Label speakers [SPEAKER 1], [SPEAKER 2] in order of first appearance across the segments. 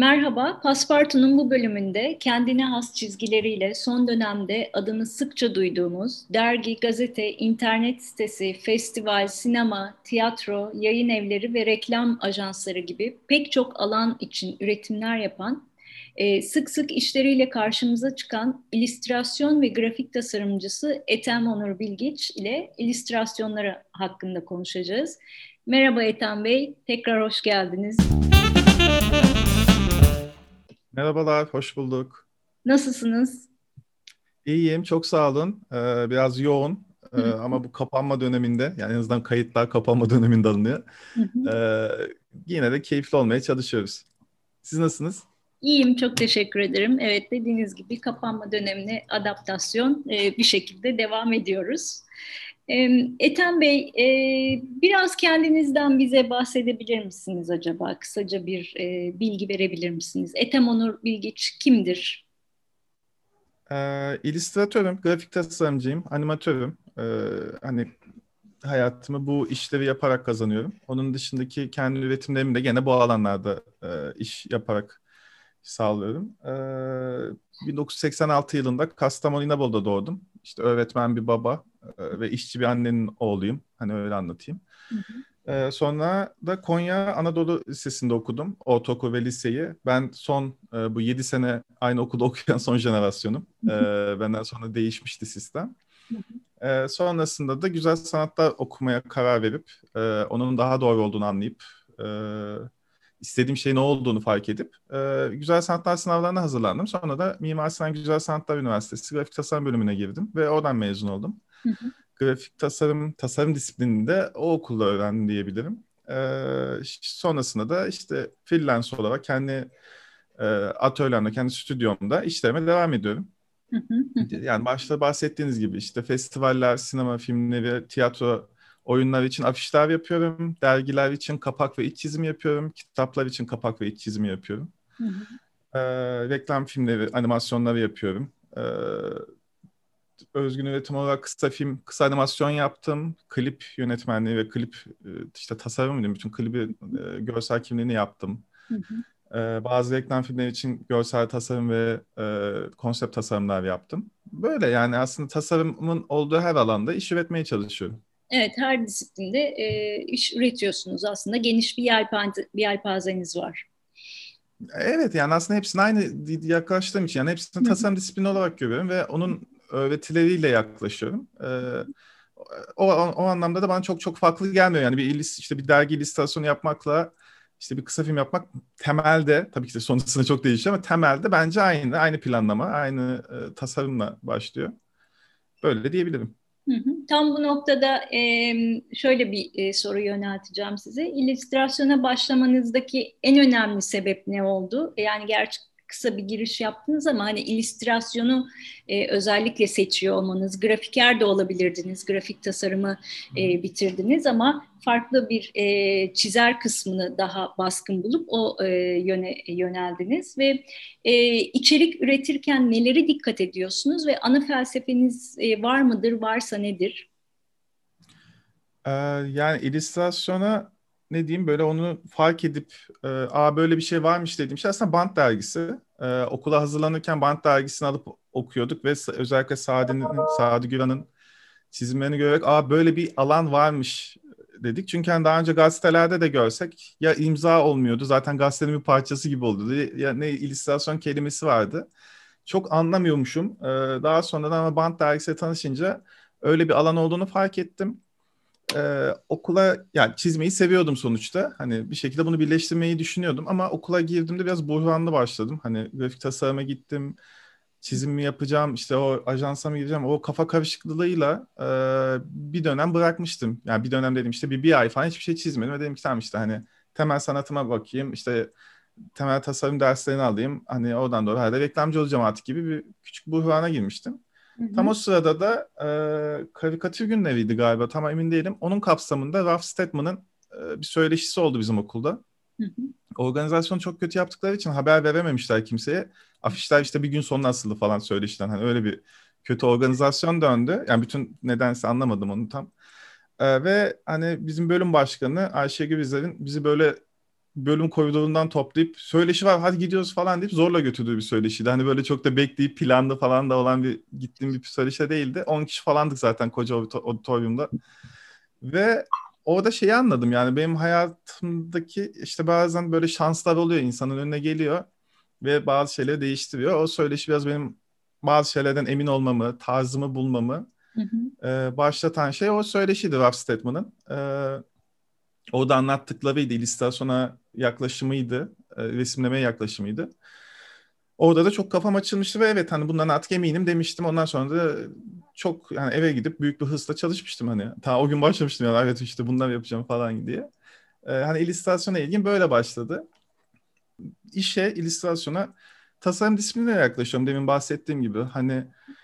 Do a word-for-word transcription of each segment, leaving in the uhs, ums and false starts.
[SPEAKER 1] Merhaba, Paspartu'nun bu bölümünde kendine has çizgileriyle son dönemde adını sıkça duyduğumuz dergi, gazete, internet sitesi, festival, sinema, tiyatro, yayın evleri ve reklam ajansları gibi pek çok alan için üretimler yapan, e, sık sık işleriyle karşımıza çıkan illüstrasyon ve grafik tasarımcısı Ethem Onur Bilgiç ile illüstrasyonları hakkında konuşacağız. Merhaba Ethem Bey, tekrar hoş geldiniz.
[SPEAKER 2] Merhabalar, hoş bulduk.
[SPEAKER 1] Nasılsınız?
[SPEAKER 2] İyiyim, çok sağ olun. Ee, biraz yoğun
[SPEAKER 1] Hı
[SPEAKER 2] ee, ama bu kapanma döneminde, yani en azından kayıtlar kapanma döneminde alınıyor.
[SPEAKER 1] hı. Hı.
[SPEAKER 2] Ee, Yine de keyifli olmaya çalışıyoruz. Siz nasılsınız?
[SPEAKER 1] İyiyim, çok teşekkür ederim. Evet, dediğiniz gibi kapanma dönemine adaptasyon e, bir şekilde devam ediyoruz. E, Ethem Bey, e, biraz kendinizden bize bahsedebilir misiniz acaba? Kısaca bir e, bilgi verebilir misiniz? Ethem Onur Bilgiç kimdir?
[SPEAKER 2] Ee, illüstratörüm, grafik tasarımcıyım, animatörüm. Ee, hani hayatımı bu işleri yaparak kazanıyorum. Onun dışındaki kendi üretimlerimi de gene bu alanlarda e, iş yaparak sağlıyorum. Ee, bin dokuz yüz seksen altı yılında Kastamonu İnebolu'da doğdum. İşte öğretmen bir baba e, ve işçi bir annenin oğluyum. Hani öyle anlatayım.
[SPEAKER 1] Hı hı.
[SPEAKER 2] Ee, sonra da Konya Anadolu Lisesi'nde okudum. Ortaokul ve liseyi. Ben son e, bu yedi sene aynı okulda okuyan son jenerasyonum. Ee, benden sonra değişmişti sistem. Ee, sonrasında da güzel sanatlar okumaya karar verip e, onun daha doğru olduğunu anlayıp e, istediğim şeyin ne olduğunu fark edip e, güzel sanatlar sınavlarına hazırlandım. Sonra da Mimar Sinan Güzel Sanatlar Üniversitesi Grafik Tasarım bölümüne girdim ve oradan mezun oldum.
[SPEAKER 1] Hı hı.
[SPEAKER 2] Grafik tasarım, tasarım disiplinini de o okulda öğrendim diyebilirim. E, sonrasında da işte freelance olarak kendi e, atölyemde, kendi stüdyomda işlerime devam ediyorum.
[SPEAKER 1] Hı hı. Hı hı.
[SPEAKER 2] Yani başta bahsettiğiniz gibi işte festivaller, sinema filmleri, tiyatro oyunlar için afişler yapıyorum. Dergiler için kapak ve iç çizimi yapıyorum. Kitaplar için kapak ve iç çizimi yapıyorum.
[SPEAKER 1] Hı hı.
[SPEAKER 2] Ee, Reklam filmleri, animasyonları yapıyorum. Ee, Özgün üretim olarak kısa film, kısa animasyon yaptım. Klip yönetmenliği ve klip e, işte tasarım diyeyim. Bütün klibi e, görsel kimliğini yaptım.
[SPEAKER 1] Hı hı.
[SPEAKER 2] Ee, bazı reklam filmleri için görsel tasarım ve e, konsept tasarımlar yaptım. Böyle yani aslında tasarımın olduğu her alanda iş üretmeye çalışıyorum.
[SPEAKER 1] Evet, her disiplinde e, iş üretiyorsunuz aslında. Geniş bir yelpaze, bir yelpazeniz var.
[SPEAKER 2] Evet yani aslında hepsine aynı di- yaklaştığım için yani hepsini
[SPEAKER 1] Hı hı.
[SPEAKER 2] tasarım disiplini olarak görüyorum ve onun öğretileriyle yaklaşıyorum. Ee, o, o, o anlamda da bana çok çok farklı gelmiyor. Yani bir ilis, işte bir dergi illüstrasyonu yapmakla işte bir kısa film yapmak temelde tabii ki de sonrasında çok değişiyor ama temelde bence aynı. Aynı planlama, aynı e, tasarımla başlıyor. Böyle diyebilirim.
[SPEAKER 1] Hı hı. Tam bu noktada em, şöyle bir e, soru yönelteceğim size. İllüstrasyona başlamanızdaki en önemli sebep ne oldu? E, Yani gerçi kısa bir giriş yaptınız ama hani illüstrasyonu e, özellikle seçiyor olmanız, grafiker de olabilirdiniz, grafik tasarımı e, bitirdiniz ama farklı bir e, çizer kısmını daha baskın bulup o e, yöne yöneldiniz ve e, içerik üretirken neleri dikkat ediyorsunuz ve ana felsefeniz e, var mıdır? Varsa nedir?
[SPEAKER 2] Ee, Yani illüstrasyona ne diyeyim böyle onu fark edip e, aa böyle bir şey varmış dediğim şey aslında Bant dergisi. Ee, okula hazırlanırken Bant dergisini alıp okuyorduk ve sa- özellikle Sadi'nin, Sadi Güran'ın çizimlerini görerek aa böyle bir alan varmış dedik. Çünkü hani daha önce gazetelerde de görsek ya imza olmuyordu zaten gazetenin bir parçası gibi oldu. Ya ne illüstrasyon kelimesi vardı. Çok anlamıyormuşum. Ee, daha sonradan ama Bant dergisiyle tanışınca öyle bir alan olduğunu fark ettim. Ee, okula yani çizmeyi seviyordum sonuçta. Hani bir şekilde bunu birleştirmeyi düşünüyordum ama okula girdiğimde biraz buhranlı başladım. Hani grafik tasarıma gittim, çizim mi yapacağım, işte o ajansa mı gireceğim. O kafa karışıklığıyla e, bir dönem bırakmıştım. Yani bir dönem dedim işte bir, bir ay falan hiçbir şey çizmedim ve dedim ki tamam işte hani temel sanatıma bakayım, işte temel tasarım derslerini alayım. Hani oradan doğru herhalde reklamcı olacağım artık gibi bir küçük buhrana girmiştim.
[SPEAKER 1] Hı
[SPEAKER 2] Tam
[SPEAKER 1] hı.
[SPEAKER 2] o sırada da e, karikatür günleriydi galiba tam emin değilim. Onun kapsamında Ralph Steadman'ın e, bir söyleşisi oldu bizim okulda.
[SPEAKER 1] Hı hı.
[SPEAKER 2] Organizasyonu çok kötü yaptıkları için haber verememişler kimseye. Afişler işte bir gün sonra asıldı falan söyleşiden. Hani öyle bir kötü organizasyon döndü. Yani bütün nedense anlamadım onu tam. E, ve hani bizim bölüm başkanı Ayşegül Bizler'in bizi böyle bölüm koridorundan toplayıp söyleşi var hadi gidiyoruz falan deyip zorla götürdüğü bir söyleşiydi. Hani böyle çok da bekleyip planlı falan da olan bir gittiğim bir söyleşi de değildi. on kişi falandık zaten koca auditoriumda. Ve orada şeyi anladım yani benim hayatımdaki işte bazen böyle şanslar oluyor insanın önüne geliyor ve bazı şeyleri değiştiriyor. O söyleşi biraz benim bazı şeylerden emin olmamı, tarzımı bulmamı
[SPEAKER 1] Hı hı.
[SPEAKER 2] e, başlatan şey o söyleşiydi Ralph Steadman'ın. E, orada anlattıklarıydı, illüstrasyona yaklaşımıydı, e, resimlemeye yaklaşımıydı. Orada da çok kafam açılmıştı ve evet hani bundan artık eminim demiştim. Ondan sonra da çok yani eve gidip büyük bir hırsla çalışmıştım hani. Ta o gün başlamıştım yani evet işte bunları yapacağım falan diye. Ee, hani illüstrasyona ilgim böyle başladı. İşe, illüstrasyona tasarım disiplinine yaklaşıyorum. Demin bahsettiğim gibi hani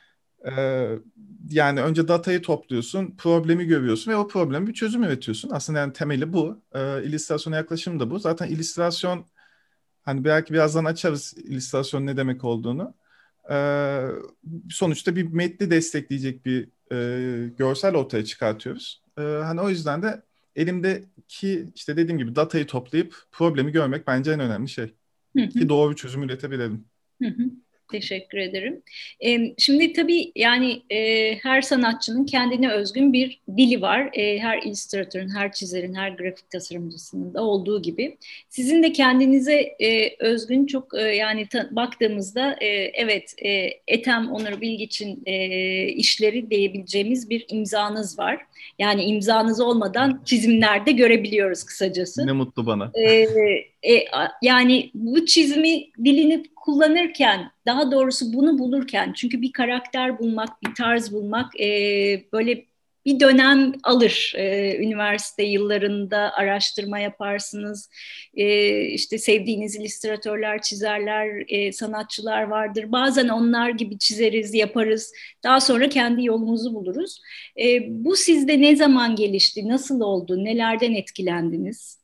[SPEAKER 2] e, yani önce datayı topluyorsun, problemi görüyorsun ve o problemi bir çözüm üretiyorsun. Aslında yani temeli bu. E, illüstrasyona yaklaşım da bu. Zaten illüstrasyon hani belki birazdan açarız illüstrasyon ne demek olduğunu. Ee, sonuçta bir metni destekleyecek bir e, görsel ortaya çıkartıyoruz. Ee, hani o yüzden de elimdeki işte dediğim gibi datayı toplayıp problemi görmek bence en önemli şey.
[SPEAKER 1] Hı hı.
[SPEAKER 2] Ki doğru bir çözüm üretebilelim.
[SPEAKER 1] Hı hı. Teşekkür ederim. Em, Şimdi tabii yani e, her sanatçının kendine özgün bir dili var. E, her illüstratörün, her çizerin, her grafik tasarımcısının da olduğu gibi. Sizin de kendinize e, özgün çok e, yani ta- baktığımızda e, evet e, Ethem Onur Bilgiç'in e, işleri diyebileceğimiz bir imzanız var. Yani imzanız olmadan çizimlerde görebiliyoruz kısacası.
[SPEAKER 2] Ne mutlu bana.
[SPEAKER 1] Ee, e, a- yani bu çizimi dilini kullanırken, daha doğrusu bunu bulurken, çünkü bir karakter bulmak, bir tarz bulmak e, böyle bir dönem alır. E, üniversite yıllarında araştırma yaparsınız. E, işte sevdiğiniz illüstratörler, çizerler, e, sanatçılar vardır. Bazen onlar gibi çizeriz, yaparız. Daha sonra kendi yolumuzu buluruz. E, bu sizde ne zaman gelişti, nasıl oldu, nelerden etkilendiniz?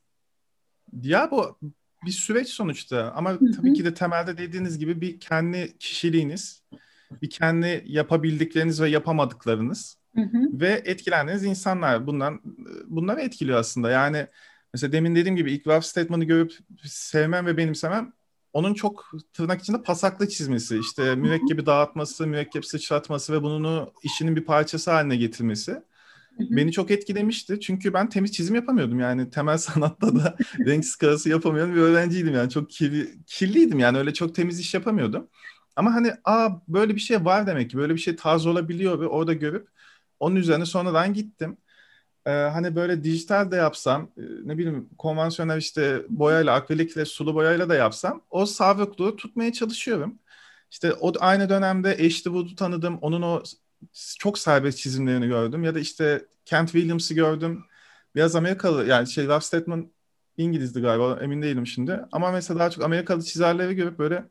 [SPEAKER 2] Ya bu bir süreç sonuçta ama
[SPEAKER 1] Hı
[SPEAKER 2] tabii
[SPEAKER 1] hı.
[SPEAKER 2] ki de temelde dediğiniz gibi bir kendi kişiliğiniz, bir kendi yapabildikleriniz ve yapamadıklarınız
[SPEAKER 1] Hı hı,
[SPEAKER 2] ve etkilendiğiniz insanlar bundan bunları etkiliyor aslında. Yani mesela demin dediğim gibi ilk Ralph Steadman'ı görüp sevmem ve benimsemem onun çok tırnak içinde pasaklı çizmesi, işte
[SPEAKER 1] hı hı,
[SPEAKER 2] mürekkebi dağıtması, mürekkep sıçratması ve bunu işinin bir parçası haline getirmesi
[SPEAKER 1] hı hı,
[SPEAKER 2] beni çok etkilemişti. Çünkü ben temiz çizim yapamıyordum. Yani temel sanatta da renk skalası yapamayan bir öğrenciydim. Yani çok kirli, kirliydim yani öyle çok temiz iş yapamıyordum. Ama hani aa böyle bir şey var demek ki böyle bir şey tarz olabiliyor ve orada görüp onun üzerine sonradan gittim. Ee, hani böyle dijital de yapsam e, ne bileyim konvansiyonel işte boyayla akrilikle sulu boyayla da yapsam o sabıklığı tutmaya çalışıyorum. İşte o aynı dönemde Ashley Wood'u tanıdım. Onun o çok serbest çizimlerini gördüm. Ya da işte Kent Williams'ı gördüm. Biraz Amerikalı yani şey Ralph Steadman İngilizdi galiba emin değilim şimdi. Ama mesela daha çok Amerikalı çizerleri görüp böyle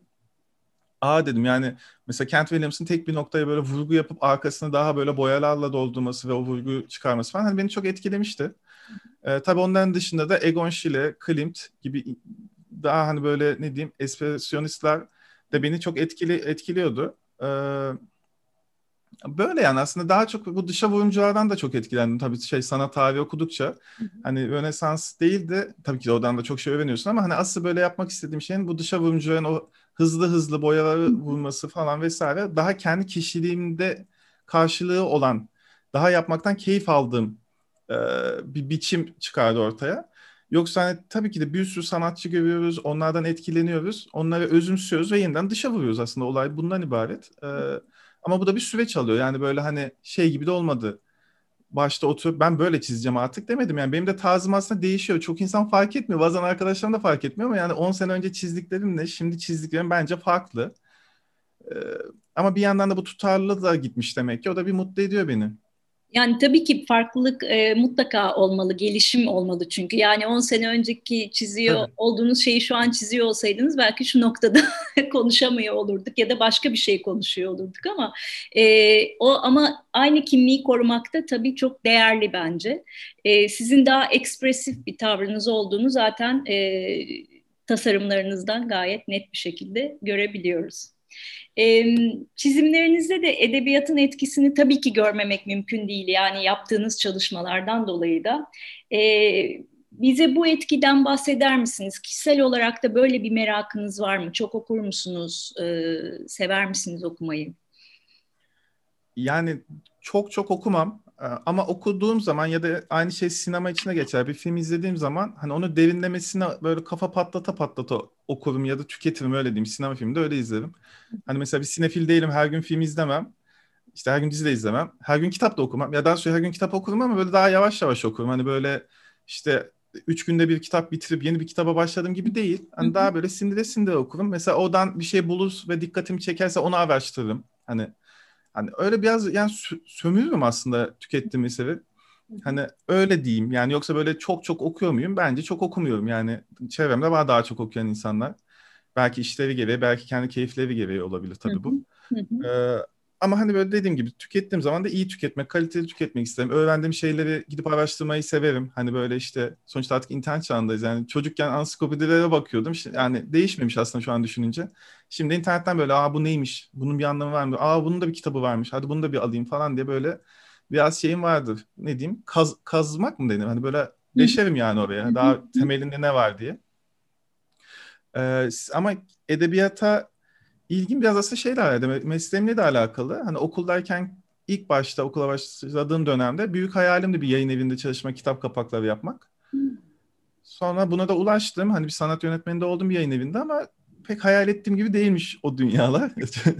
[SPEAKER 2] aa dedim yani mesela Kent Williams'ın tek bir noktaya böyle vurgu yapıp arkasını daha böyle boyalarla doldurması ve o vurgu çıkarması falan hani beni çok etkilemişti. Ee, tabii onların dışında da Egon Schiele, Klimt gibi daha hani böyle ne diyeyim ekspresyonistler de beni çok etkili etkiliyordu. Ee, böyle yani aslında daha çok bu dışa vurumculardan da çok etkilendim. Tabii şey sanat tarihi okudukça hani Rönesans değil de tabii ki de oradan da çok şey öğreniyorsun ama hani asıl böyle yapmak istediğim şeyin bu dışa vurumcuların o hızlı hızlı boyaları vurması falan vesaire daha kendi kişiliğimde karşılığı olan daha yapmaktan keyif aldığım e, bir biçim çıkardı ortaya. Yoksa hani tabii ki de bir sürü sanatçı görüyoruz, onlardan etkileniyoruz, onları özümsüyoruz ve yeniden dışa vuruyoruz aslında olay bundan ibaret. E, ama bu da bir süreç alıyor. Yani böyle hani şey gibi de olmadı. Başta oturup ben böyle çizeceğim artık demedim. Yani benim de tarzım aslında değişiyor. Çok insan fark etmiyor. Bazen arkadaşlarım da fark etmiyor ama yani on sene önce çizdiklerimle şimdi çizdiklerim bence farklı. Ee, ama bir yandan da bu tutarlılığı da gitmiş demek ki. O da bir mutlu ediyor beni.
[SPEAKER 1] Yani tabii ki farklılık e, mutlaka olmalı, gelişim olmalı çünkü. Yani on sene önceki çiziyor
[SPEAKER 2] Tabii.
[SPEAKER 1] olduğunuz şeyi şu an çiziyor olsaydınız belki şu noktada konuşamıyor olurduk ya da başka bir şey konuşuyor olurduk ama e, o ama aynı kimliği korumakta tabii çok değerli bence. E, sizin daha ekspresif bir tavrınız olduğunu zaten e, tasarımlarınızdan gayet net bir şekilde görebiliyoruz. E, Çizimlerinizde de edebiyatın etkisini tabii ki görmemek mümkün değil. Yani yaptığınız çalışmalardan dolayı da. E, bize bu etkiden bahseder misiniz? Kişisel olarak da böyle bir merakınız var mı? Çok okur musunuz? E, sever misiniz okumayı?
[SPEAKER 2] Yani çok çok okumam. Ee, ama okuduğum zaman ya da aynı şey sinema içine geçer. Bir film izlediğim zaman hani onu derinlemesine böyle kafa patlata patlata okurum ya da tüketirim, öyle diyeyim. Sinema filmi de öyle izlerim. Hani mesela bir sinefil değilim, her gün film izlemem. İşte her gün dizi de izlemem. Her gün kitap da okumam. Ya daha sonra her gün kitap okurum ama böyle daha yavaş yavaş okurum. Hani böyle işte üç günde bir kitap bitirip yeni bir kitaba başladığım gibi değil.
[SPEAKER 1] Hı
[SPEAKER 2] Hani daha böyle sindire sindire okurum. Mesela oradan bir şey bulur ve dikkatimi çekerse onu araştırırım. Hani hani öyle biraz yani sö- sömürürüm aslında tükettiğimi sebebi.
[SPEAKER 1] hı.
[SPEAKER 2] Hani öyle diyeyim. Yani yoksa böyle çok çok okuyor muyum? Bence çok okumuyorum. Yani çevremde var daha çok okuyan insanlar. Belki işleri gereği, belki kendi keyifleri gereği olabilir
[SPEAKER 1] Hı
[SPEAKER 2] tabii
[SPEAKER 1] hı.
[SPEAKER 2] bu.
[SPEAKER 1] Hı hı.
[SPEAKER 2] Ee, ama hani böyle dediğim gibi tükettiğim zaman da iyi tüketmek, kaliteli tüketmek isterim. Öğrendiğim şeyleri gidip araştırmayı severim. Hani böyle işte sonuçta artık internet çağındayız. Yani çocukken ansiklopedilere bakıyordum. Şi- Yani değişmemiş aslında şu an düşününce. Şimdi internetten böyle aa bu neymiş? Bunun bir anlamı var mı? Aa bunun da bir kitabı varmış. Hadi bunu da bir alayım falan diye böyle biraz şeyim vardır. Ne diyeyim? Kaz, kazmak mı denir? Hani böyle
[SPEAKER 1] Hı hı.
[SPEAKER 2] deşerim yani
[SPEAKER 1] Hı
[SPEAKER 2] oraya.
[SPEAKER 1] hı.
[SPEAKER 2] Daha temelinde ne var diye. Ee, ama edebiyata İlgim biraz aslında şeyle alakalı, mesleğimle de alakalı. Hani okuldayken ilk başta okula başladığım dönemde büyük hayalim de bir yayın evinde çalışmak, kitap kapakları yapmak. Sonra buna da ulaştım. Hani bir sanat yönetmeni de oldum bir yayın evinde ama pek hayal ettiğim gibi değilmiş o dünyalar.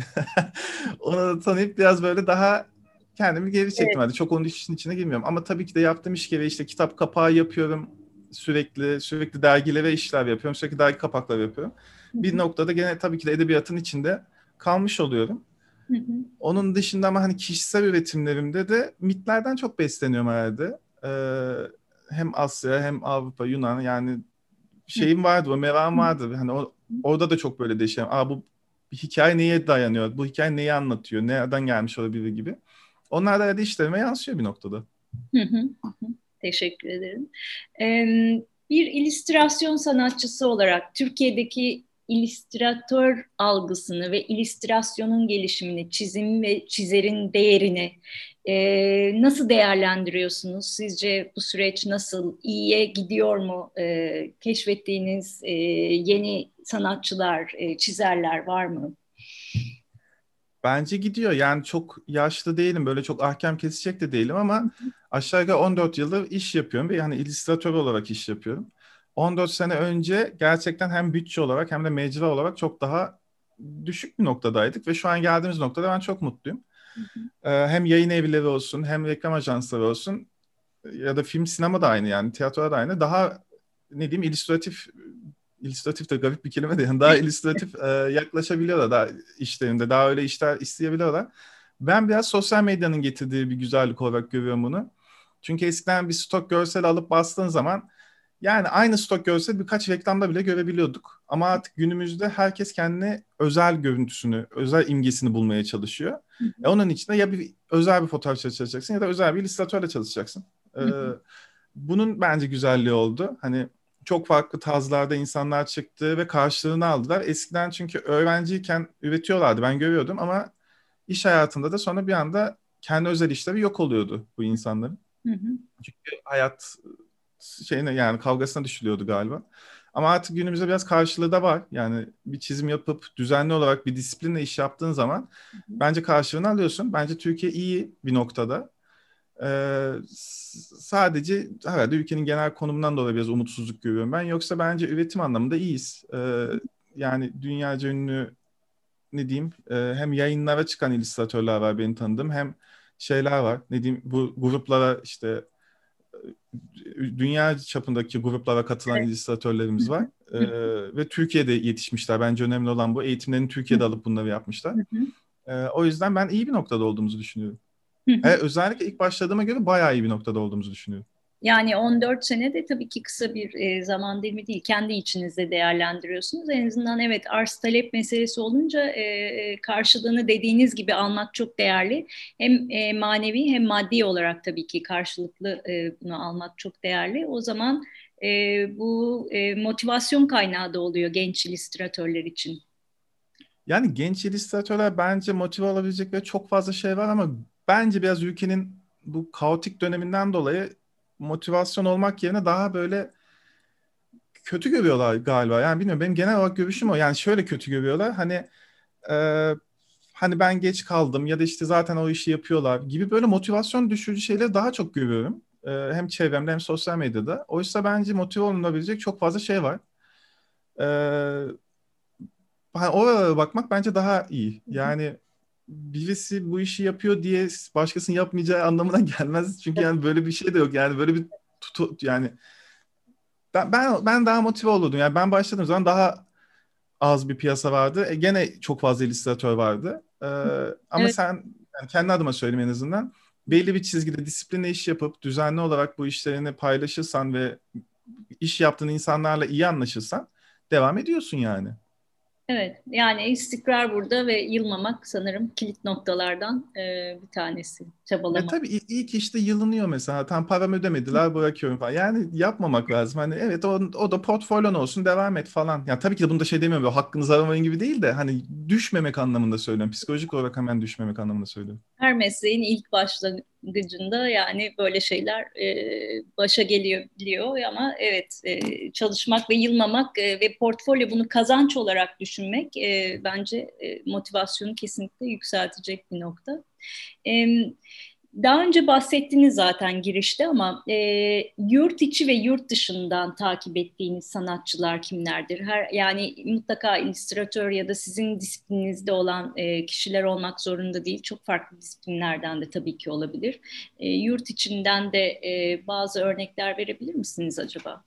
[SPEAKER 2] Onu da tanıyıp biraz böyle daha kendimi geri çektim.
[SPEAKER 1] Evet.
[SPEAKER 2] Hadi çok onun işin içine girmiyorum. Ama tabii ki de yaptığım iş gereği işte kitap kapağı yapıyorum. Sürekli sürekli dergilere işler yapıyorum. Sürekli dergi kapakları yapıyorum.
[SPEAKER 1] Hı
[SPEAKER 2] Bir
[SPEAKER 1] hı.
[SPEAKER 2] noktada gene tabii ki de edebiyatın içinde kalmış oluyorum.
[SPEAKER 1] Hı hı.
[SPEAKER 2] Onun dışında ama hani kişisel üretimlerimde de mitlerden çok besleniyorum herhalde. Ee, hem Asya hem Avrupa, Yunan yani
[SPEAKER 1] Hı
[SPEAKER 2] şeyim vardı, o merakım
[SPEAKER 1] hı.
[SPEAKER 2] vardı. Hani o, orada da çok böyle değişiyor. Aa bu bir hikaye neye dayanıyor? Bu hikaye neyi anlatıyor? Nereden gelmiş olabilir gibi. Onlar da hadi işlerime yansıyor bir noktada.
[SPEAKER 1] Hı hı. Hı hı. Teşekkür ederim. Ee, bir illüstrasyon sanatçısı olarak Türkiye'deki illüstratör algısını ve illüstrasyonun gelişimini, çizim ve çizerin değerini e, nasıl değerlendiriyorsunuz? Sizce bu süreç nasıl? İyiye gidiyor mu? E, keşfettiğiniz e, yeni sanatçılar, e, çizerler var mı?
[SPEAKER 2] Bence gidiyor. Yani çok yaşlı değilim. Böyle çok ahkam kesecek de değilim ama aşağı yukarı on dört yıldır iş yapıyorum ve yani illüstratör olarak iş yapıyorum. on dört sene önce gerçekten hem bütçe olarak hem de mecra olarak çok daha düşük bir noktadaydık ve şu an geldiğimiz noktada ben çok mutluyum. Ee, hem yayın evleri olsun hem reklam ajansları olsun ya da film sinema da aynı yani tiyatro da aynı. Daha ne diyeyim illüstratif illüstratif de garip bir kelime de yani daha illüstratif e, yaklaşabiliyorlar daha işlerinde. Daha öyle işler isteyebiliyorlar. Ben biraz sosyal medyanın getirdiği bir güzellik olarak görüyorum bunu. Çünkü eskiden bir stok görsel alıp bastığın zaman yani aynı stok görsel birkaç reklamda bile görebiliyorduk. Ama artık günümüzde herkes kendine özel görüntüsünü, özel imgesini bulmaya çalışıyor. E onun için de ya bir özel bir fotoğrafçı çalışacaksın ya da özel bir illüstratörle çalışacaksın. Ee, bunun bence güzelliği oldu. Hani çok farklı tarzlarda insanlar çıktı ve karşılığını aldılar. Eskiden çünkü öğrenciyken üretiyorlardı ben görüyordum ama iş hayatında da sonra bir anda kendi özel işleri yok oluyordu bu insanların.
[SPEAKER 1] Hı hı.
[SPEAKER 2] Çünkü hayat şeyine yani kavgasına düşülüyordu galiba. Ama artık günümüzde biraz karşılığı da var. Yani bir çizim yapıp düzenli olarak bir disiplinle iş yaptığın zaman bence karşılığını alıyorsun. Bence Türkiye iyi bir noktada. Ee, s- sadece herhalde ülkenin genel konumundan dolayı biraz umutsuzluk görüyorum ben. Yoksa bence üretim anlamında iyiyiz. Ee, yani dünyaca ünlü ne diyeyim e, hem yayınlara çıkan illüstratörler var benim tanıdığım hem şeyler var. Ne diyeyim bu gruplara işte dünya çapındaki gruplara katılan
[SPEAKER 1] Evet. Hı
[SPEAKER 2] illüstratörlerimiz var. Ee,
[SPEAKER 1] hı.
[SPEAKER 2] ve Türkiye'de yetişmişler. Bence önemli olan bu. Eğitimlerini
[SPEAKER 1] Hı
[SPEAKER 2] Türkiye'de alıp bunları yapmışlar.
[SPEAKER 1] hı. Hı
[SPEAKER 2] Ee, o yüzden ben iyi bir noktada olduğumuzu düşünüyorum.
[SPEAKER 1] hı.
[SPEAKER 2] E, özellikle ilk başladığıma göre bayağı iyi bir noktada olduğumuzu düşünüyorum.
[SPEAKER 1] Yani on dört sene de tabii ki kısa bir e, zaman dilimi değil. Kendi içinizde değerlendiriyorsunuz. En azından evet arz talep meselesi olunca e, e, karşılığını dediğiniz gibi almak çok değerli. Hem e, manevi hem maddi olarak tabii ki karşılıklı e, bunu almak çok değerli. O zaman e, bu e, motivasyon kaynağı da oluyor genç illüstratörler için.
[SPEAKER 2] Yani genç illüstratörler bence motive olabilecekleri çok fazla şey var ama bence biraz ülkenin bu kaotik döneminden dolayı motivasyon olmak yerine daha böyle kötü görüyorlar galiba. Yani bilmiyorum, benim genel olarak görüşüm o. Yani şöyle kötü görüyorlar. Hani e, hani ben geç kaldım ya da işte zaten o işi yapıyorlar gibi böyle motivasyon düşürücü şeyleri daha çok görüyorum. E, hem çevremde hem sosyal medyada. Oysa bence motive olunabilecek çok fazla şey var. E, hani oralara bakmak bence daha iyi. Yani birisi bu işi yapıyor diye başkasının yapmayacağı anlamına gelmez. Çünkü yani böyle bir şey de yok. Yani böyle bir tutu, yani ben ben ben daha motive olurdum. Yani ben başladığım zaman daha az bir piyasa vardı. E, gene çok fazla illüstratör vardı. E, ama
[SPEAKER 1] Evet.
[SPEAKER 2] sen, yani kendi adıma söyleyeyim en azından, belli bir çizgide disiplinle iş yapıp düzenli olarak bu işlerini paylaşırsan ve iş yaptığın insanlarla iyi anlaşırsan devam ediyorsun yani.
[SPEAKER 1] Evet, yani istikrar burada ve yılmamak sanırım kilit noktalardan e, bir tanesi.
[SPEAKER 2] Ya
[SPEAKER 1] Çabalamak.
[SPEAKER 2] tabii ilk, ilk işte yılınıyor mesela. Tam param ödemediler, bırakıyorum falan. Yani yapmamak lazım. Hani evet, o, o da portfolyon olsun, devam et falan. Ya tabii ki de bunda şey demiyorum. Böyle hakkınızı aramayın gibi değil de hani düşmemek anlamında söylüyorum. Psikolojik olarak hemen düşmemek anlamında söylüyorum.
[SPEAKER 1] Her mesleğin ilk başlangıcında yani böyle şeyler e, başa geliyor biliyor ama evet, e, çalışmak ve yılmamak e, ve portfolyo bunu kazanç olarak düşünmek e, bence e, motivasyonu kesinlikle yükseltecek bir nokta. E, Daha önce bahsettiniz zaten girişte ama e, yurt içi ve yurt dışından takip ettiğiniz sanatçılar kimlerdir? Her yani mutlaka illüstratör ya da sizin disiplininizde olan e, kişiler olmak zorunda değil. Çok farklı disiplinlerden de tabii ki olabilir. E, yurt içinden de e, bazı örnekler verebilir misiniz acaba?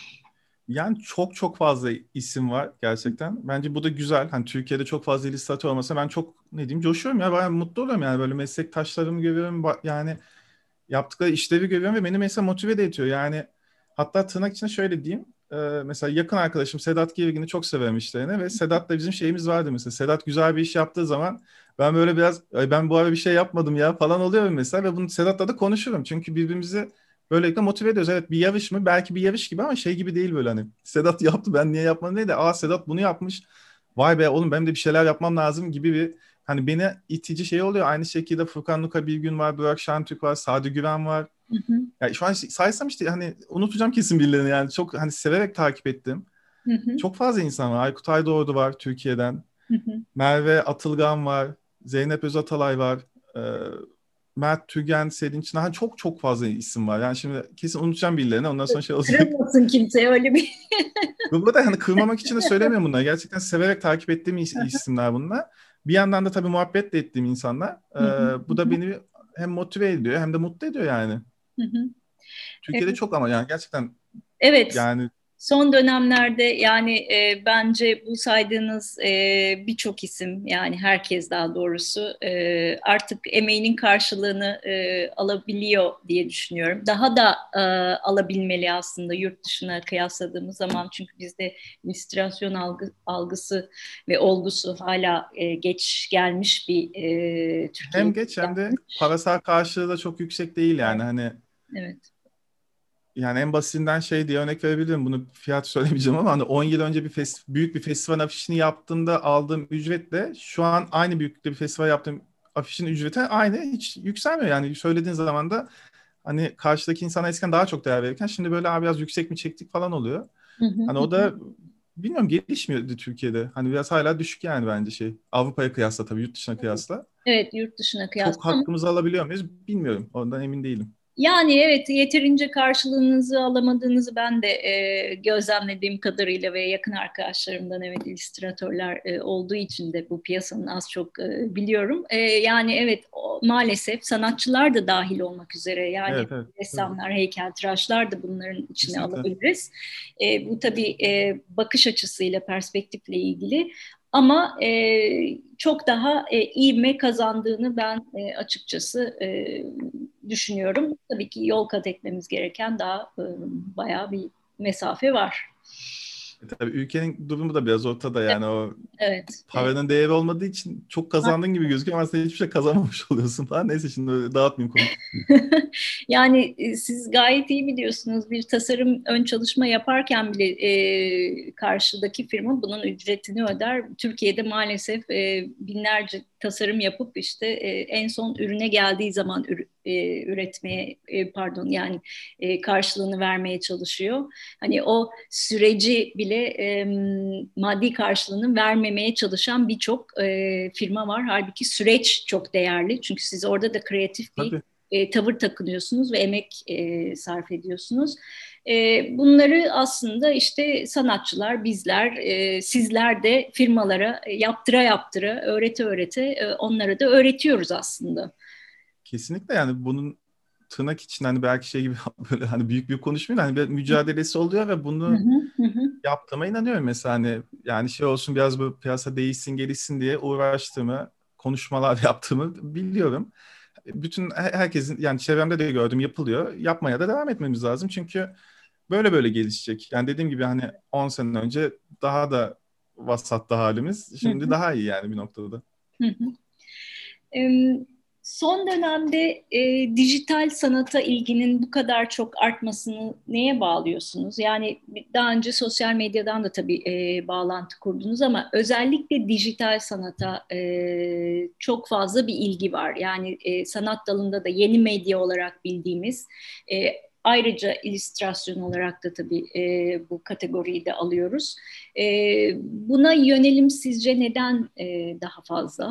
[SPEAKER 2] Yani çok çok fazla isim var gerçekten. Bence bu da güzel. Hani Türkiye'de çok fazla illüstratör olmasa ben çok, ne diyeyim, coşuyorum ya. Ben mutlu oluyorum yani, böyle meslektaşlarımı görüyorum. Ba- Yani yaptıkları işlevi görüyorum ve beni mesela motive de ediyor. Yani hatta tırnak içinde şöyle diyeyim. Ee, mesela yakın arkadaşım Sedat Girgin'i çok severim işlerine ve Sedat'la bizim şeyimiz vardı mesela. Sedat güzel bir iş yaptığı zaman ben böyle biraz, "Ay, ben bu ara bir şey yapmadım ya" falan oluyorum mesela ve bunu Sedat'la da konuşurum. Çünkü birbirimizi böylelikle motive ediyoruz. Evet, bir yarış mı? Belki bir yarış gibi ama şey gibi değil böyle hani. Sedat yaptı, ben niye yapmadım değil de, aa Sedat bunu yapmış. Vay be oğlum, benim de bir şeyler yapmam lazım gibi bir, hani beni itici şey oluyor. Aynı şekilde Furkan Luka Bilgün var, Burak Şentürk var, Sadi Güven var.
[SPEAKER 1] Hı hı,
[SPEAKER 2] Yani şu an saysam işte hani unutacağım kesin birilerini, yani çok hani severek takip ettim.
[SPEAKER 1] hı hı,
[SPEAKER 2] Çok fazla insan var. Aykut Aydoğdu var Türkiye'den.
[SPEAKER 1] hı hı.
[SPEAKER 2] Merve Atılgan var. Zeynep Özatalay var. Ee, Mert Tügen, Selin Çınar. Hani çok çok fazla isim var. Yani şimdi kesin unutacağım birilerini. Ondan sonra şey olacak.
[SPEAKER 1] Kırılmasın kimseye öyle bir.
[SPEAKER 2] Bu da hani kırmamak için de söylemiyorum bunları. Gerçekten severek takip ettiğim is- isimler bunlar. Bir yandan da tabii muhabbet de ettiğim insanlar.
[SPEAKER 1] Hı hı,
[SPEAKER 2] Ee,
[SPEAKER 1] hı
[SPEAKER 2] bu da
[SPEAKER 1] hı,
[SPEAKER 2] beni hem motive ediyor hem de mutlu ediyor yani.
[SPEAKER 1] hı hı.
[SPEAKER 2] Türkiye'de çok, ama yani gerçekten,
[SPEAKER 1] Evet,
[SPEAKER 2] yani
[SPEAKER 1] son dönemlerde yani e, bence bu saydığınız e, birçok isim yani herkes daha doğrusu e, artık emeğinin karşılığını e, alabiliyor diye düşünüyorum. Daha da e, alabilmeli aslında yurt dışına kıyasladığımız zaman çünkü bizde illüstrasyon algı, algısı ve olgusu hala e, geç gelmiş bir e, Türkiye'ye
[SPEAKER 2] hem geç hem de
[SPEAKER 1] gelmiş.
[SPEAKER 2] parasal karşılığı da çok yüksek değil yani. Hani
[SPEAKER 1] Evet.
[SPEAKER 2] yani en basitinden şey diye örnek verebilirim. Bunu fiyat söylemeyeceğim ama hani on yıl önce bir fes- büyük bir festival afişini yaptığımda aldığım ücretle şu an aynı büyüklükte bir festival yaptığım afişin ücreti aynı, hiç yükselmiyor. Yani söylediğin zaman da hani karşıdaki insana eskiden daha çok değer verirken şimdi böyle abi biraz yüksek mi çektik falan oluyor.
[SPEAKER 1] Hı hı,
[SPEAKER 2] Hani
[SPEAKER 1] hı
[SPEAKER 2] o
[SPEAKER 1] hı.
[SPEAKER 2] da bilmiyorum, gelişmiyordu Türkiye'de. Hani biraz hala düşük yani bence şey. Avrupa'ya kıyasla, tabii yurt dışına kıyasla.
[SPEAKER 1] Evet, yurt dışına
[SPEAKER 2] Çok
[SPEAKER 1] kıyasla.
[SPEAKER 2] hakkımızı alabiliyor muyuz bilmiyorum. Ondan emin değilim.
[SPEAKER 1] Yani evet, yeterince karşılığınızı alamadığınızı ben de e, gözlemlediğim kadarıyla ve yakın arkadaşlarımdan evet illüstratörler e, olduğu için de bu piyasanın az çok e, biliyorum. E, yani evet o, maalesef sanatçılar da dahil olmak üzere yani
[SPEAKER 2] Evet, evet. Tabii.
[SPEAKER 1] ressamlar, heykeltıraşlar da bunların içine
[SPEAKER 2] Kesinlikle.
[SPEAKER 1] alabiliriz. E, bu tabii e, bakış açısıyla, perspektifle ilgili. Ama e, çok daha e, ivme kazandığını ben e, açıkçası e, düşünüyorum. Tabii ki yol kat etmemiz gereken daha e, bayağı bir mesafe var.
[SPEAKER 2] E tabii ülkenin durumu da biraz ortada, yani o
[SPEAKER 1] Evet. E,
[SPEAKER 2] paranın değeri olmadığı için çok kazandığın gibi gözüküyor ama aslında hiçbir şey kazanmamış oluyorsun falan. Neyse, şimdi öyle dağıtmayayım konuyu.
[SPEAKER 1] Yani e, siz gayet iyi biliyorsunuz bir tasarım ön çalışma yaparken bile e, karşıdaki firma bunun ücretini öder. Türkiye'de maalesef e, binlerce tasarım yapıp işte e, en son ürüne geldiği zaman ürü- e, üretmeye e, pardon yani e, karşılığını vermeye çalışıyor. Hani o süreci bile e, maddi karşılığını vermemeye çalışan birçok e, firma var. Halbuki süreç çok değerli. Çünkü siz orada da kreatif bir
[SPEAKER 2] Tabii.
[SPEAKER 1] e, tavır takınıyorsunuz ve emek e, sarf ediyorsunuz. E, bunları aslında işte sanatçılar, bizler, e, sizler de firmalara e, yaptıra yaptıra, öğrete öğrete e, onlara da öğretiyoruz aslında.
[SPEAKER 2] Kesinlikle, yani bunun tırnak için hani belki şey gibi böyle hani büyük büyük konuşmayayım da hani bir mücadelesi oluyor ve
[SPEAKER 1] Hı
[SPEAKER 2] bunu
[SPEAKER 1] hı, hı hı.
[SPEAKER 2] yaptığıma inanıyorum mesela, hani yani şey olsun, biraz bu piyasa değişsin gelişsin diye uğraştığımı, konuşmalar yaptığımı biliyorum. Bütün herkesin, yani çevremde de gördüm, yapılıyor. Yapmaya da devam etmemiz lazım çünkü böyle böyle gelişecek. Yani dediğim gibi hani on sene önce daha da vasatta halimiz.
[SPEAKER 1] Hı
[SPEAKER 2] Şimdi
[SPEAKER 1] hı,
[SPEAKER 2] daha iyi yani bir noktada da.
[SPEAKER 1] hı hı. Em, Son dönemde e, dijital sanata ilginin bu kadar çok artmasını neye bağlıyorsunuz? Yani daha önce sosyal medyadan da tabii e, bağlantı kurdunuz ama özellikle dijital sanata e, çok fazla bir ilgi var. Yani e, sanat dalında da yeni medya olarak bildiğimiz, e, ayrıca illüstrasyon olarak da tabii e, bu kategoriyi de alıyoruz. E, Buna yönelim sizce neden e, daha fazla?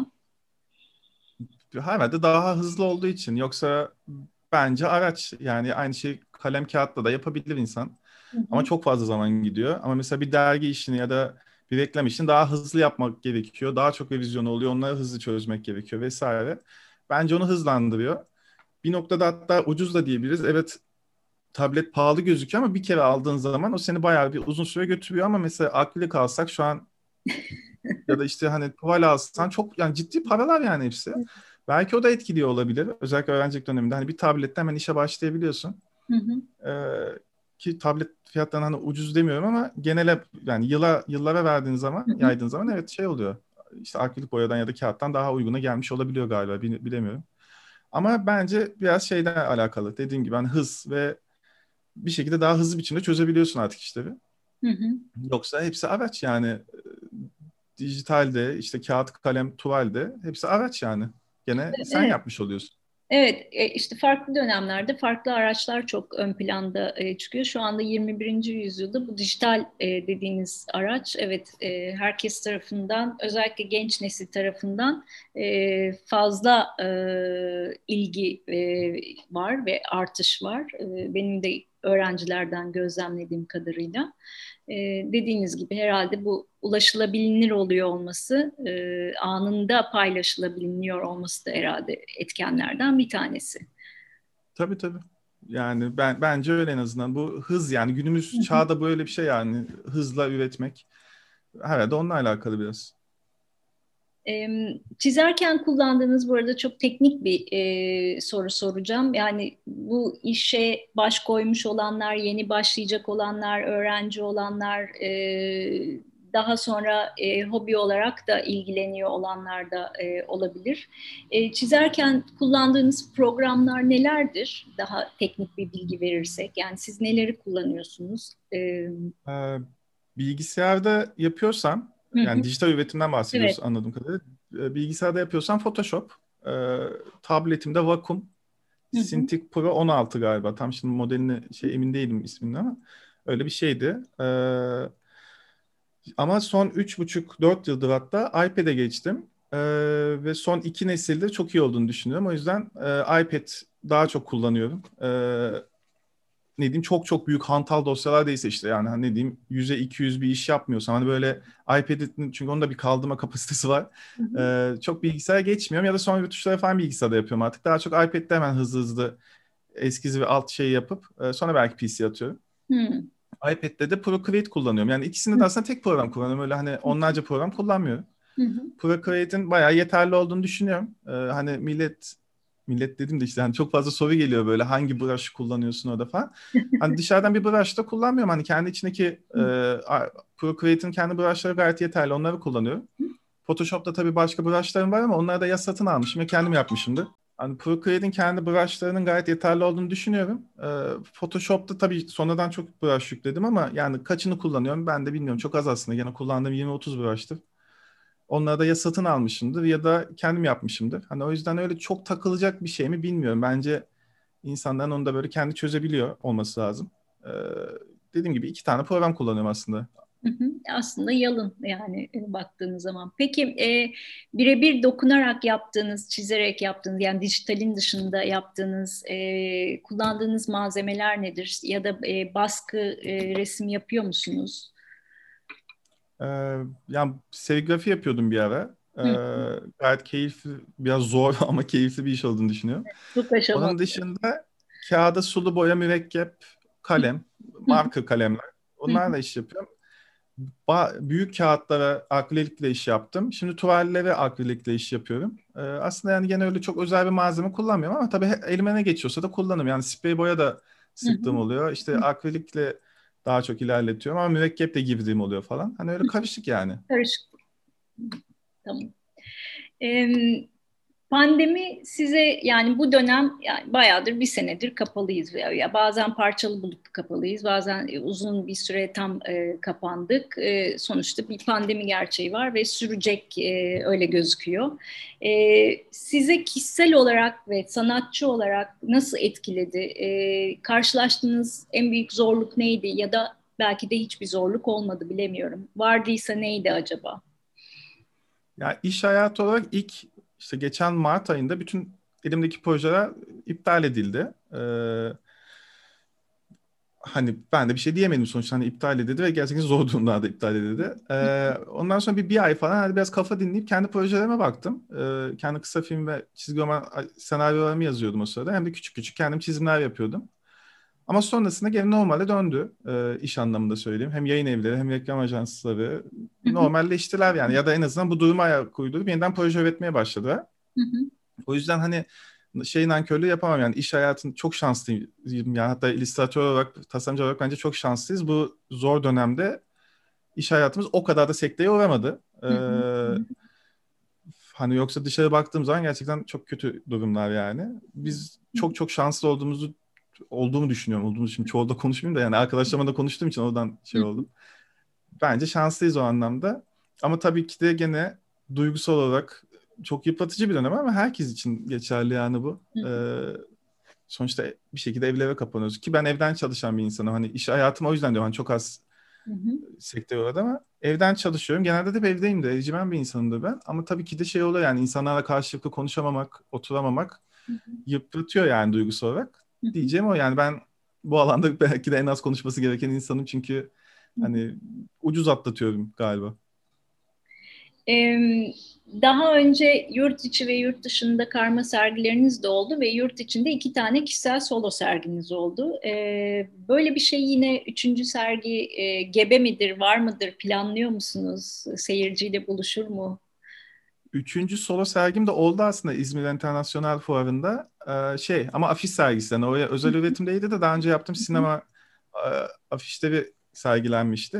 [SPEAKER 2] Herhalde daha hızlı olduğu için. Yoksa bence araç, yani aynı şey kalem kağıtla da yapabilir insan.
[SPEAKER 1] Hı
[SPEAKER 2] Ama
[SPEAKER 1] hı.
[SPEAKER 2] çok fazla zaman gidiyor. Ama mesela bir dergi işini ya da bir reklam işini daha hızlı yapmak gerekiyor. Daha çok revizyon oluyor. Onları hızlı çözmek gerekiyor vesaire. Bence onu hızlandırıyor. Bir noktada hatta ucuz da diyebiliriz. Evet, tablet pahalı gözüküyor ama bir kere aldığın zaman o seni bayağı bir uzun süre götürüyor. Ama mesela akülü kalsak şu an, ya da işte hani tuval alsan çok, yani ciddi paralar yani hepsi. Belki o da etkiliyor olabilir. Özellikle öğrencilik döneminde hani bir tabletten hemen işe başlayabiliyorsun.
[SPEAKER 1] Hı hı.
[SPEAKER 2] Ee, Ki tablet fiyatlarını hani ucuz demiyorum ama genele, yani yıla yıllara verdiğin
[SPEAKER 1] Hı
[SPEAKER 2] zaman,
[SPEAKER 1] hı.
[SPEAKER 2] yaydığın zaman evet şey oluyor. İşte akrilik boyadan ya da kağıttan daha uyguna gelmiş olabiliyor galiba, bile- bilemiyorum. Ama bence biraz şeyden alakalı. Dediğim gibi hani hız ve bir şekilde daha hızlı biçimde çözebiliyorsun artık işleri.
[SPEAKER 1] Hı hı.
[SPEAKER 2] Yoksa hepsi araç yani. E, Dijitalde, işte kağıt, kalem, tuvalde hepsi araç yani. Gene sen
[SPEAKER 1] Evet,
[SPEAKER 2] yapmış oluyorsun.
[SPEAKER 1] evet. E, işte farklı dönemlerde farklı araçlar çok ön planda e, çıkıyor. Şu anda yirmi birinci yüzyılda bu dijital e, dediğiniz araç, evet, e, herkes tarafından, özellikle genç nesil tarafından e, fazla e, ilgi e, var ve artış var. E, benim de öğrencilerden gözlemlediğim kadarıyla. E, Dediğiniz gibi herhalde bu ulaşılabilir oluyor olması, e, anında paylaşılabiliyor olması da herhalde etkenlerden bir tanesi.
[SPEAKER 2] Tabii tabii. Yani ben bence öyle en azından. Bu hız, yani
[SPEAKER 1] Hı
[SPEAKER 2] günümüz
[SPEAKER 1] hı.
[SPEAKER 2] çağda böyle bir şey yani. Hızla üretmek. Herhalde onunla alakalı biraz.
[SPEAKER 1] E, Çizerken kullandığınız, bu arada çok teknik bir e, soru soracağım. Yani bu işe baş koymuş olanlar, yeni başlayacak olanlar, öğrenci olanlar, e, daha sonra e, hobi olarak da ilgileniyor olanlar da e, olabilir. E, çizerken kullandığınız programlar nelerdir? Daha teknik bir bilgi verirsek, yani siz neleri kullanıyorsunuz? E,
[SPEAKER 2] Ee, Bilgisayarda yapıyorsam,
[SPEAKER 1] hı
[SPEAKER 2] yani
[SPEAKER 1] hı,
[SPEAKER 2] dijital üretimden
[SPEAKER 1] evet.
[SPEAKER 2] bahsediyoruz anladığım kadarıyla. Ee, Bilgisayarda yapıyorsam Photoshop. Ee, Tabletimde Wacom.
[SPEAKER 1] Hı hı,
[SPEAKER 2] Cintiq Pro on altı galiba. Tam şimdi modelini şey emin değilim ismini ama öyle bir şeydi. Ee, Ama son üç buçuk dört yıldır hatta iPad'e geçtim. Ee, Ve son iki nesilde çok iyi olduğunu düşünüyorum. O yüzden e, iPad daha çok kullanıyorum. Ee, ne diyeyim, çok çok büyük hantal dosyalar değilse, işte yani hani ne diyeyim, yüze iki yüz bir iş yapmıyorsam, hani böyle iPad'in, çünkü onda bir kaldırma kapasitesi var.
[SPEAKER 1] hı hı,
[SPEAKER 2] Ee, çok bilgisayara geçmiyorum ya da son retuşları falan bilgisayarda yapıyorum artık. Daha çok iPad'de hemen hızlı hızlı eskiz ve alt şeyi yapıp e, sonra belki P C atıyorum.
[SPEAKER 1] hı
[SPEAKER 2] iPad'de de Procreate kullanıyorum. Yani ikisinde
[SPEAKER 1] hı,
[SPEAKER 2] de aslında tek program kullanıyorum. Öyle hani onlarca program kullanmıyorum.
[SPEAKER 1] hı hı.
[SPEAKER 2] Procreate'in bayağı yeterli olduğunu düşünüyorum. Ee, hani millet millet dedim de işte hani çok fazla soru geliyor böyle, hangi brush kullanıyorsun orada falan. Hani dışarıdan bir brush da kullanmıyorum. Hani kendi içindeki e, a- Procreate'in kendi brushları gayet yeterli. Onları kullanıyorum. Photoshop'ta tabii başka brushlarım var ama onları da ya satın almışım ya kendim yapmışımdır. Hani Procreate'in kendi brushlarının gayet yeterli olduğunu düşünüyorum. Ee, Photoshop'ta tabii sonradan çok brush yükledim ama yani kaçını kullanıyorum ben de bilmiyorum. Çok az aslında. Gene kullandığım yirmi otuz brush'tır. Onları da ya satın almışımdır ya da kendim yapmışımdır. Hani o yüzden öyle çok takılacak bir şey mi bilmiyorum. Bence insanların onu da böyle kendi çözebiliyor olması lazım. Ee, dediğim gibi iki tane program kullanıyorum aslında.
[SPEAKER 1] Hı hı. Aslında yalın yani e, baktığınız zaman. Peki e, birebir dokunarak yaptığınız, çizerek yaptığınız yani dijitalin dışında yaptığınız, e, kullandığınız malzemeler nedir? Ya da e, baskı e, resim yapıyor musunuz?
[SPEAKER 2] Ee, yani serigrafi yapıyordum bir ara.
[SPEAKER 1] Hı,
[SPEAKER 2] Ee, gayet keyifli, biraz zor ama keyifli bir iş olduğunu düşünüyorum.
[SPEAKER 1] çok aşamalı.
[SPEAKER 2] Onun dışında kağıda sulu boya, mürekkep, kalem,
[SPEAKER 1] Hı hı,
[SPEAKER 2] marker kalemler.
[SPEAKER 1] hı hı,
[SPEAKER 2] Onlarla iş yapıyorum. Ba- büyük kağıtlara akrilikle iş yaptım. Şimdi tuvallere akrilikle iş yapıyorum. Ee, aslında yani gene öyle çok özel bir malzeme kullanmıyorum ama tabii he- elime ne geçiyorsa da kullanırım. Yani sprey boya da
[SPEAKER 1] hı
[SPEAKER 2] sıktığım
[SPEAKER 1] hı,
[SPEAKER 2] oluyor. İşte
[SPEAKER 1] hı.
[SPEAKER 2] akrilikle daha çok ilerletiyorum ama mürekkep de girdiğim oluyor falan. Hani öyle karışık yani.
[SPEAKER 1] Karışık. Tamam. Em, Pandemi size yani bu dönem yani bayağıdır bir senedir kapalıyız ya, ya bazen parçalı bulup kapalıyız bazen e, uzun bir süre tam e, kapandık. E, sonuçta bir pandemi gerçeği var ve sürecek e, öyle gözüküyor. E, size kişisel olarak ve sanatçı olarak nasıl etkiledi? E, karşılaştığınız en büyük zorluk neydi ya da belki de hiçbir zorluk olmadı bilemiyorum. Vardıysa neydi acaba?
[SPEAKER 2] Ya iş hayatı olarak ilk işte geçen Mart ayında bütün elimdeki projeler iptal edildi. Ee, hani ben de bir şey diyemedim sonuçta hani iptal edildi ve gerçekten zor durumlarda iptal edildi. Ee, ondan sonra bir, bir ay falan hani biraz kafa dinleyip kendi projelerime baktım. Ee, kendi kısa film ve çizgi roman senaryolarımı yazıyordum o sırada. Hem de küçük küçük kendim çizimler yapıyordum. Ama sonrasında geri normale döndü. Ee, iş anlamında söyleyeyim. Hem yayın evleri hem reklam ajansları
[SPEAKER 1] Hı hı,
[SPEAKER 2] normalleştiler yani. Ya da en azından bu duruma ayak uydurup yeniden proje üretmeye başladılar.
[SPEAKER 1] hı hı,
[SPEAKER 2] O yüzden hani şey nankörlüğü yapamam yani iş hayatında çok şanslıyım. Yani hatta illüstratör olarak, tasarımcı olarak bence çok şanslıyız. Bu zor dönemde iş hayatımız o kadar da sekteye uğramadı.
[SPEAKER 1] hı hı, hı
[SPEAKER 2] Ee,
[SPEAKER 1] hı.
[SPEAKER 2] hani yoksa dışarı baktığım zaman gerçekten çok kötü durumlar yani. Biz
[SPEAKER 1] Hı
[SPEAKER 2] çok çok şanslı olduğumuzu olduğumu düşünüyorum. Olduğumuzu şimdi çoğu da konuşmayayım da yani arkadaşlarımla da konuştuğum için oradan şey
[SPEAKER 1] hı,
[SPEAKER 2] oldu. Bence şanslıyız o anlamda. Ama tabii ki de gene duygusal olarak çok yıpratıcı bir dönem ama herkes için geçerli yani bu.
[SPEAKER 1] hı hı,
[SPEAKER 2] Ee, sonuçta bir şekilde evlere kapanıyoruz. Ki ben evden çalışan bir insanım. Hani iş hayatım o yüzden diyorum. Hani çok az
[SPEAKER 1] hı hı,
[SPEAKER 2] sektör orada ama evden çalışıyorum. Genelde de hep evdeyim de. Evcimen bir insanımdır ben. Ama tabii ki de şey oluyor yani insanlarla karşılıklı konuşamamak, oturamamak
[SPEAKER 1] hı hı,
[SPEAKER 2] yıpratıyor yani duygusal olarak.
[SPEAKER 1] hı hı,
[SPEAKER 2] Diyeceğim o yani ben bu alanda belki de en az konuşması gereken insanım çünkü
[SPEAKER 1] hı hı.
[SPEAKER 2] hani ucuz atlatıyorum galiba.
[SPEAKER 1] Em, Daha önce yurt içi ve yurt dışında karma sergileriniz de oldu ve yurt içinde iki tane kişisel solo serginiz oldu. Ee, böyle bir şey yine üçüncü sergi e, gebe midir, var mıdır, planlıyor musunuz? Seyirciyle buluşur mu?
[SPEAKER 2] Üçüncü solo sergim de oldu aslında İzmir Enternasyonel Fuarı'nda. Ee, şey ama afiş sergisi. Yani oraya özel üretimdeydi de daha önce yaptığım sinema e, afişleri sergilenmişti.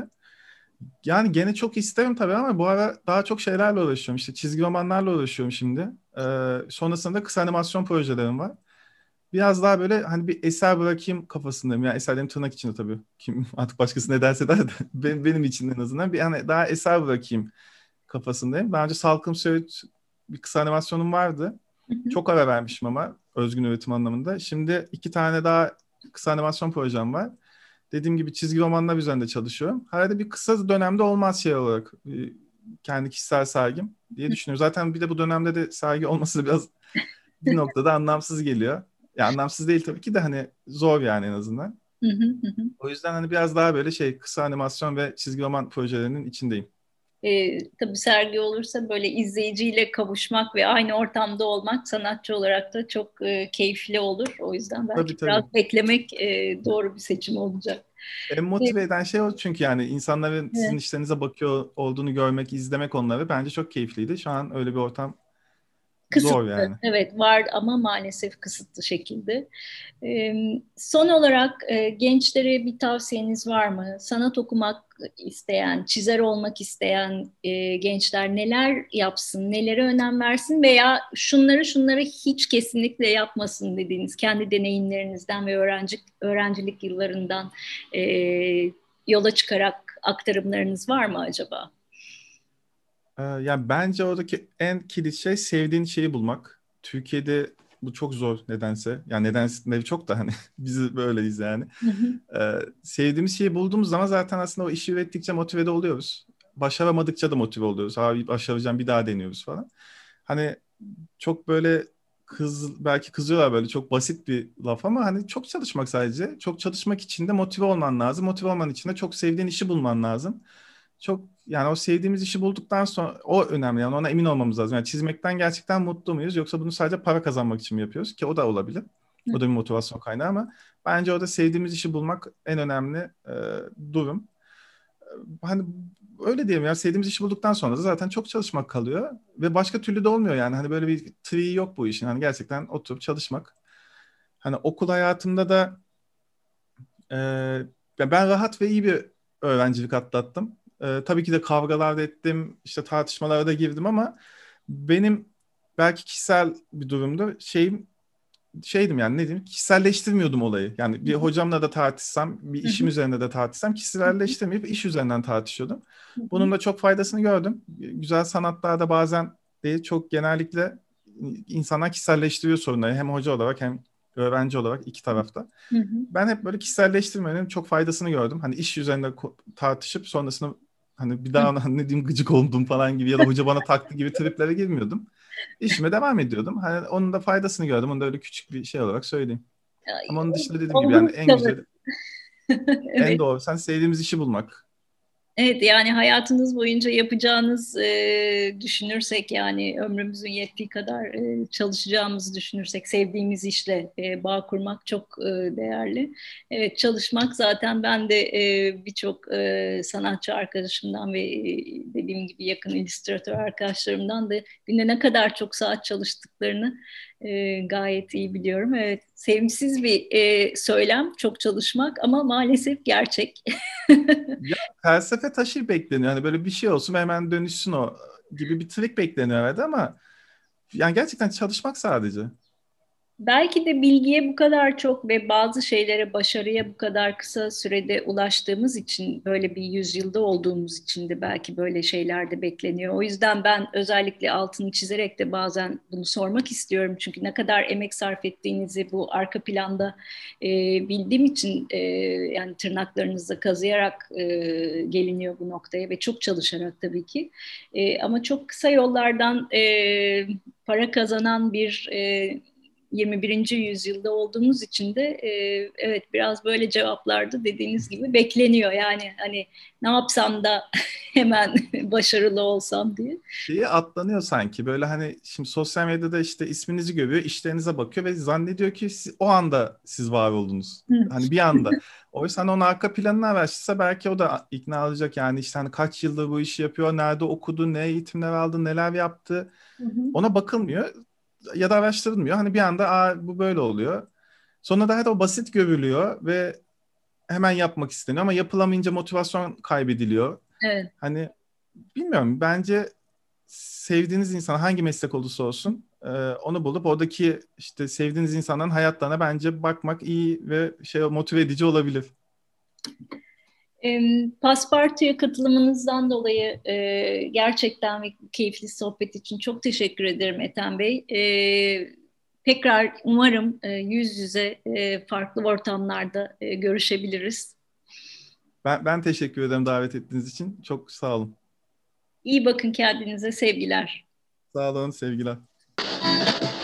[SPEAKER 2] Yani gene çok isterim tabii ama bu ara daha çok şeylerle uğraşıyorum. İşte çizgi romanlarla uğraşıyorum şimdi. Ee, sonrasında kısa animasyon projelerim var. Biraz daha böyle hani bir eser bırakayım kafasındayım. Yani eserlerim tırnak içinde tabii. Kim artık başkası ne derse der de benim, benim için en azından bir hani daha eser bırakayım kafasındayım. Daha önce Salkım Söğüt bir kısa animasyonum vardı.
[SPEAKER 1] Hı hı,
[SPEAKER 2] Çok ara vermişim ama özgün üretim anlamında. Şimdi iki tane daha kısa animasyon projem var. Dediğim gibi çizgi romanlar üzerinde çalışıyorum. Herhalde bir kısa dönemde olmaz şey olarak e, kendi kişisel sergim diye düşünüyorum. Zaten bir de bu dönemde de sergi olması biraz bir noktada anlamsız geliyor. Ya anlamsız değil tabii ki de hani zor yani en azından.
[SPEAKER 1] hı hı, hı hı.
[SPEAKER 2] O yüzden hani biraz daha böyle şey kısa animasyon ve çizgi roman projelerinin içindeyim.
[SPEAKER 1] E, tabii sergi olursa böyle izleyiciyle kavuşmak ve aynı ortamda olmak sanatçı olarak da çok e, keyifli olur. O yüzden belki
[SPEAKER 2] Tabii tabii.
[SPEAKER 1] biraz beklemek e, doğru bir seçim olacak.
[SPEAKER 2] En
[SPEAKER 1] E,
[SPEAKER 2] motive eden şey o çünkü yani insanların sizin
[SPEAKER 1] evet.
[SPEAKER 2] işlerinize bakıyor olduğunu görmek, izlemek onları bence çok keyifliydi. Şu an öyle bir ortam zor
[SPEAKER 1] Kısıtlı,
[SPEAKER 2] yani.
[SPEAKER 1] evet var ama maalesef kısıtlı şekilde. Ee, Son olarak e, gençlere bir tavsiyeniz var mı? Sanat okumak isteyen, çizer olmak isteyen e, gençler neler yapsın, nelere önem versin veya şunları şunları hiç kesinlikle yapmasın dediğiniz kendi deneyimlerinizden ve öğrenci öğrencilik yıllarından e, yola çıkarak aktarımlarınız var mı acaba?
[SPEAKER 2] Ee, yani bence oradaki en kilit şey sevdiğin şeyi bulmak. Türkiye'de bu çok zor nedense. Yani nedense çok da hani biz böyleyiz yani.
[SPEAKER 1] Hı hı.
[SPEAKER 2] Ee, sevdiğimiz şeyi bulduğumuz zaman zaten aslında o işi ürettikçe motive de oluyoruz. Başaramadıkça da motive oluyoruz. Abi başaracağım bir daha deniyoruz falan. Hani çok böyle kız belki kızıyorlar böyle çok basit bir laf ama hani çok çalışmak sadece. Çok çalışmak için de motive olman lazım. Motive olman için de çok sevdiğin işi bulman lazım. Çok yani o sevdiğimiz işi bulduktan sonra o önemli yani ona emin olmamız lazım. Yani çizmekten gerçekten mutlu muyuz yoksa bunu sadece para kazanmak için mi yapıyoruz ki o da olabilir. O da bir motivasyon kaynağı ama bence orada sevdiğimiz işi bulmak en önemli e, durum. Hani öyle diyelim ya sevdiğimiz işi bulduktan sonra da zaten çok çalışmak kalıyor ve başka türlü de olmuyor yani hani böyle bir tree yok bu işin hani gerçekten oturup çalışmak. Hani okul hayatımda da e, ya ben rahat ve iyi bir öğrencilik atlattım. E, tabii ki de kavgalar da ettim işte tartışmalara da girdim ama benim belki kişisel bir durumda şeyim şeydim yani ne diyeyim kişiselleştirmiyordum olayı. Yani bir hocamla da tartışsam, bir
[SPEAKER 1] Hı
[SPEAKER 2] işim
[SPEAKER 1] hı.
[SPEAKER 2] üzerinde de tartışsam kişiselleştirmeyip iş üzerinden tartışıyordum.
[SPEAKER 1] Hı hı.
[SPEAKER 2] Bunun da çok faydasını gördüm. Güzel sanatlarda bazen değil çok genellikle insanlar kişiselleştiriyor sorunları hem hoca olarak hem öğrenci olarak iki tarafta.
[SPEAKER 1] Hı hı.
[SPEAKER 2] Ben hep böyle kişiselleştirmenin çok faydasını gördüm. Hani iş üzerinde ko- tartışıp sonrasında hani bir daha ona ne diyeyim gıcık oldum falan gibi ya da hoca bana taktı gibi triplere girmiyordum. İşime devam ediyordum. Hani onun da faydasını gördüm. Onu da öyle küçük bir şey olarak söyleyeyim.
[SPEAKER 1] Ay,
[SPEAKER 2] Ama onun dışında dediğim gibi yani
[SPEAKER 1] olgun
[SPEAKER 2] en
[SPEAKER 1] tavır.
[SPEAKER 2] güzel, en
[SPEAKER 1] Evet.
[SPEAKER 2] doğru sen sevdiğimiz işi bulmak.
[SPEAKER 1] Evet, yani hayatınız boyunca yapacağınız e, düşünürsek, yani ömrümüzün yettiği kadar e, çalışacağımızı düşünürsek sevdiğimiz işle e, bağ kurmak çok e, değerli. Evet, çalışmak zaten ben de e, birçok e, sanatçı arkadaşımdan ve e, dediğim gibi yakın illüstratör arkadaşlarımdan da günde ne kadar çok saat çalıştıklarını e, gayet iyi biliyorum. Evet, sevimsiz bir e, söylem çok çalışmak ama maalesef gerçek.
[SPEAKER 2] Ya felsefe taşı bekleniyor. Hani böyle bir şey olsun ve hemen dönüşsün o gibi bir trik bekleniyor evet ama yani gerçekten çalışmak sadece.
[SPEAKER 1] Belki de bilgiye bu kadar çok ve bazı şeylere, başarıya bu kadar kısa sürede ulaştığımız için, böyle bir yüzyılda olduğumuz için de belki böyle şeyler de bekleniyor. O yüzden ben özellikle altını çizerek de bazen bunu sormak istiyorum. Çünkü ne kadar emek sarf ettiğinizi bu arka planda e, bildiğim için e, yani tırnaklarınızla kazıyarak e, geliniyor bu noktaya ve çok çalışarak tabii ki. E, ama çok kısa yollardan e, para kazanan bir e, yirmi birinci yüzyılda olduğumuz için de e, evet biraz böyle cevaplarda dediğiniz gibi bekleniyor. Yani hani ne yapsam da hemen başarılı olsam diye.
[SPEAKER 2] Şeyi atlanıyor sanki. Böyle hani şimdi sosyal medyada işte isminizi görüyor, işlerinize bakıyor ve zannediyor ki siz- o anda siz var oldunuz.
[SPEAKER 1] Hı.
[SPEAKER 2] Hani bir anda. Oysa hani onun arka planını araştırsa belki o da ikna olacak. Yani işte hani kaç yıldır bu işi yapıyor, nerede okudu, ne eğitimler aldı, neler yaptı.
[SPEAKER 1] Hı hı.
[SPEAKER 2] Ona bakılmıyor ya da araştırılmıyor. Hani bir anda aa, bu böyle oluyor. Sonra da hadi o basit görülüyor ve hemen yapmak isteniyor ama yapılamayınca motivasyon kaybediliyor.
[SPEAKER 1] Evet.
[SPEAKER 2] Hani bilmiyorum bence sevdiğiniz insan hangi meslek olursa olsun e, onu bulup oradaki işte sevdiğiniz insanların hayatlarına bence bakmak iyi ve şey motive edici olabilir.
[SPEAKER 1] Em, Paspartu'ya katılımınızdan dolayı e, gerçekten ve keyifli sohbet için çok teşekkür ederim Ethem Bey. E, tekrar umarım e, yüz yüze e, farklı ortamlarda e, görüşebiliriz.
[SPEAKER 2] Ben, ben teşekkür ederim davet ettiğiniz için. Çok sağ olun.
[SPEAKER 1] İyi bakın kendinize, sevgiler.
[SPEAKER 2] Sağ olun, sevgiler.